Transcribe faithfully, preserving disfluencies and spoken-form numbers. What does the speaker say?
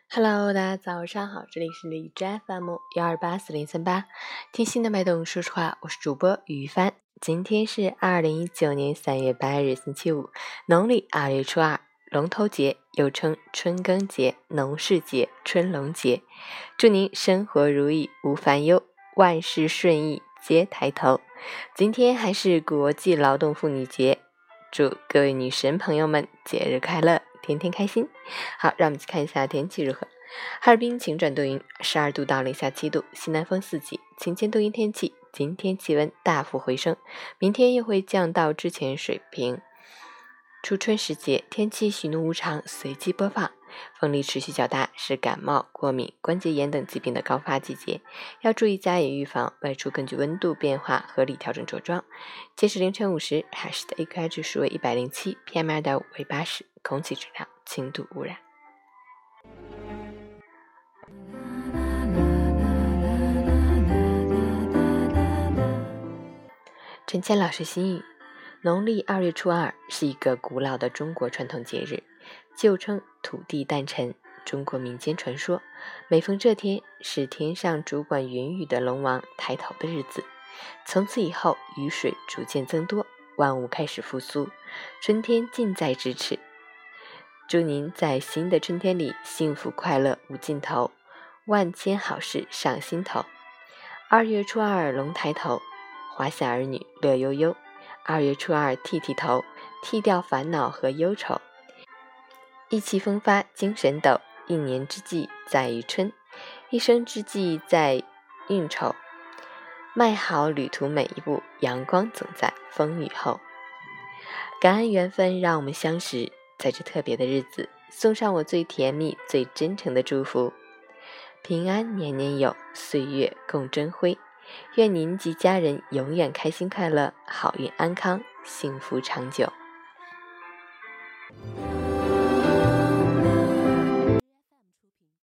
Hello，大家早上好，这里是荔枝 F M 幺二八四零三八，听心的脉动说实话，我是主播于帆。今天是二零一九年三月八日，星期五，农历二月初二，龙头节，又称春耕节、农事节、春龙节。祝您生活如意，无烦忧，万事顺意，皆抬头。今天还是国际劳动妇女节，祝各位女神朋友们节日快乐，天天开心。好，让我们去看一下天气如何。哈尔滨晴转多云，十二度到零下七度，西南风四级，晴间多云天气。今天气温大幅回升，明天又会降到之前水平。初春时节，天气喜怒无常，随机播放，风力持续较大，是感冒、过敏、关节炎等疾病的高发季节，要注意加以预防。外出根据温度变化合理调整着装。截止凌晨五时，海市的 A Q I 指数为一百零七 ，P M 二点五 为八十，空气质量轻度污染。陈谦老师心语：农历二月初二是一个古老的中国传统节日，旧称土地诞辰。中国民间传说，每逢这天是天上主管云雨的龙王抬头的日子。从此以后，雨水逐渐增多，万物开始复苏，春天近在咫尺。祝您在新的春天里幸福快乐无尽头，万千好事上心头。二月初二龙抬头，华夏儿女乐悠悠。二月初二剃剃头，剃掉烦恼和忧愁。意气风发精神抖，一年之计在于春，一生之计在运筹。迈好旅途每一步，阳光总在风雨后。感恩缘分让我们相识，在这特别的日子，送上我最甜蜜最真诚的祝福。平安年年有，岁月共争辉。愿您及家人永远开心快乐，好运安康，幸福长久。